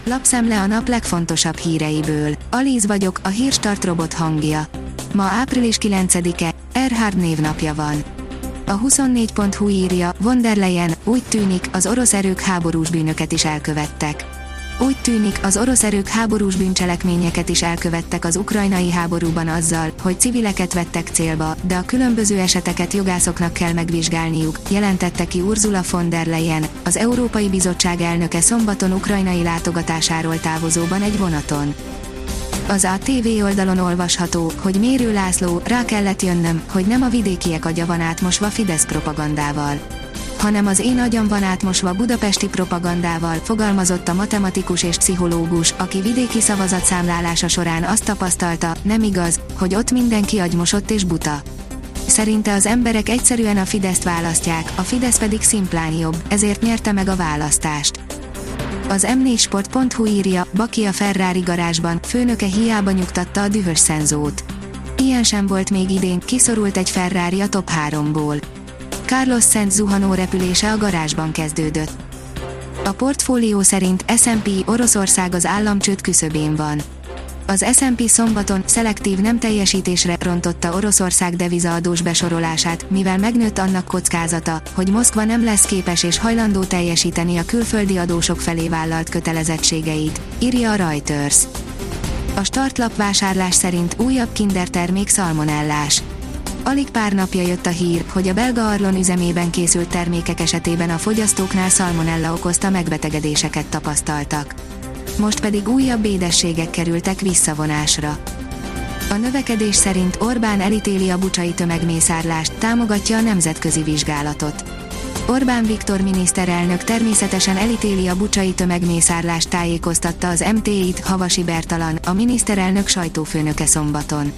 Lapszemle a nap legfontosabb híreiből. Alíz vagyok, a Hírstart robot hangja. Ma április 9-e, Erhard névnapja van. A 24.hu írja, von der Leyen, úgy tűnik, az orosz erők háborús bűnöket is elkövettek. Úgy tűnik, az orosz erők háborús bűncselekményeket is elkövettek az ukrajnai háborúban azzal, hogy civileket vettek célba, de a különböző eseteket jogászoknak kell megvizsgálniuk, jelentette ki Ursula von der Leyen, az Európai Bizottság elnöke szombaton ukrajnai látogatásáról távozóban egy vonaton. Az ATV oldalon olvasható, hogy Mérő László, rá kellett jönnöm, hogy nem a vidékiek agya van átmosva Fidesz propagandával, hanem az én agyam van átmosva budapesti propagandával, fogalmazott a matematikus és pszichológus, aki vidéki szavazatszámlálása során azt tapasztalta, nem igaz, hogy ott mindenki agymosott és buta. Szerinte az emberek egyszerűen a Fideszt választják, a Fidesz pedig szimplán jobb, ezért nyerte meg a választást. Az m4sport.hu írja, Baki a Ferrari garázsban, főnöke hiába nyugtatta a dühös Szenzót. Ilyen sem volt még idén, kiszorult egy Ferrari a top 3-ból. Carlos Sainz zuhanó repülése a garázsban kezdődött. A portfólió szerint S&P Oroszország az államcsőd küszöbén van. Az S&P szombaton szelektív nem teljesítésre rontotta Oroszország devizaadós besorolását, mivel megnőtt annak kockázata, hogy Moszkva nem lesz képes és hajlandó teljesíteni a külföldi adósok felé vállalt kötelezettségeit, írja a Reuters. A startlap vásárlás szerint újabb Kinder termék szalmonellás. Alig pár napja jött a hír, hogy a belga Arlon üzemében készült termékek esetében a fogyasztóknál szalmonella okozta megbetegedéseket tapasztaltak. Most pedig újabb édességek kerültek visszavonásra. A növekedés szerint Orbán elítéli a bucsai tömegmészárlást, támogatja a nemzetközi vizsgálatot. Orbán Viktor miniszterelnök természetesen elítéli a bucsai tömegmészárlást, tájékoztatta az MTI-t Havasi Bertalan, a miniszterelnök sajtófőnöke szombaton.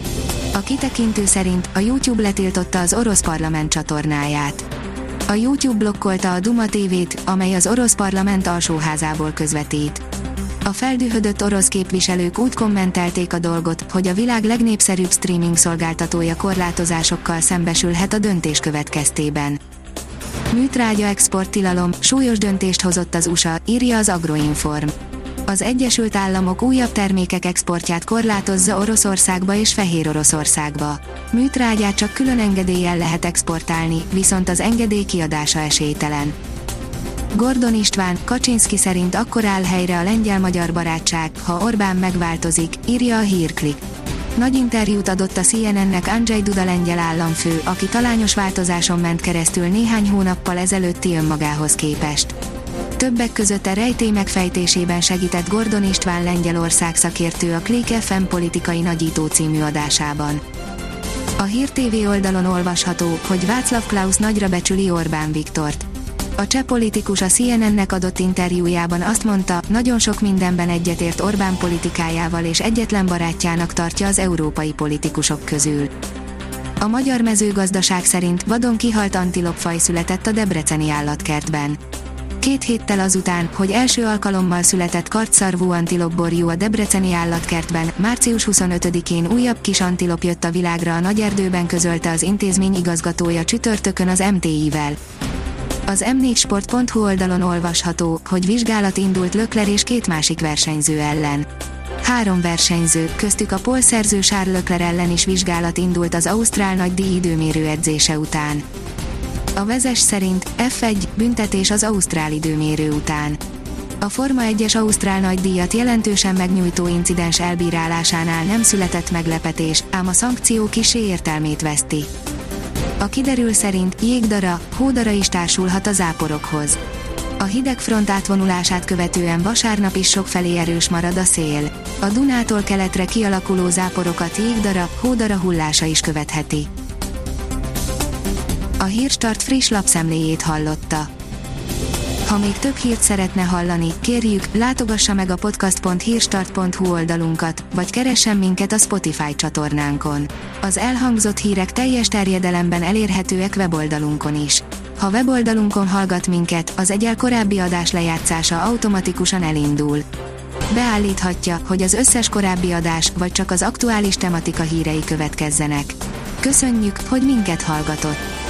A kitekintő szerint a YouTube letiltotta az orosz parlament csatornáját. A YouTube blokkolta a Duma TV-t, amely az orosz parlament alsóházából közvetít. A feldühödött orosz képviselők úgy kommentelték a dolgot, hogy a világ legnépszerűbb streaming szolgáltatója korlátozásokkal szembesülhet a döntés következtében. Műtrágya exporttilalom, súlyos döntést hozott az USA, írja az Agroinform. Az Egyesült Államok újabb termékek exportját korlátozza Oroszországba és Fehéroroszországba. Műtrágyát csak külön engedéllyel lehet exportálni, viszont az engedély kiadása esélytelen. Gordon István, Kaczynszki szerint akkor áll helyre a lengyel-magyar barátság, ha Orbán megváltozik, írja a Hírklik. Nagy interjút adott a CNN-nek Andrzej Duda lengyel államfő, aki talányos változáson ment keresztül néhány hónappal ezelőtti önmagához képest. Többek között a rejtély megfejtésében segített Gordon István Lengyelország szakértő a Click FM politikai nagyító című adásában. A Hír TV oldalon olvasható, hogy Václav Klaus nagyra becsüli Orbán Viktort. A cseh politikus a CNN-nek adott interjújában azt mondta, nagyon sok mindenben egyetért Orbán politikájával és egyetlen barátjának tartja az európai politikusok közül. A magyar mezőgazdaság szerint vadon kihalt antilopfaj született a debreceni állatkertben. 2 héttel azután, hogy első alkalommal született kartszarvú antilopborjú a debreceni állatkertben, március 25-én újabb kis antilop jött a világra a Nagyerdőben, közölte az intézmény igazgatója csütörtökön az MTI-vel. Az m4sport.hu oldalon olvasható, hogy vizsgálat indult Leclerc és 2 másik versenyző ellen. 3 versenyző, köztük a pole-szerző Charles Leclerc ellen is vizsgálat indult az ausztrál nagydíj időmérő edzése után. A Vezes szerint F1 büntetés az ausztrál időmérő után. A Forma 1-es ausztrál nagydíjat jelentősen megnyújtó incidens elbírálásánál nem született meglepetés, ám a szankció kissé értelmét veszti. A kiderül szerint jégdara, hódara is társulhat a záporokhoz. A hidegfront átvonulását követően vasárnap is sokfelé erős marad a szél. A Dunától keletre kialakuló záporokat jégdara, hódara hullása is követheti. A Hírstart friss lapszemléjét hallotta. Ha még több hírt szeretne hallani, kérjük, látogassa meg a podcast.hírstart.hu oldalunkat, vagy keressen minket a Spotify csatornánkon. Az elhangzott hírek teljes terjedelemben elérhetőek weboldalunkon is. Ha weboldalunkon hallgat minket, az egyel korábbi adás lejátszása automatikusan elindul. Beállíthatja, hogy az összes korábbi adás, vagy csak az aktuális tematika hírei következzenek. Köszönjük, hogy minket hallgatott!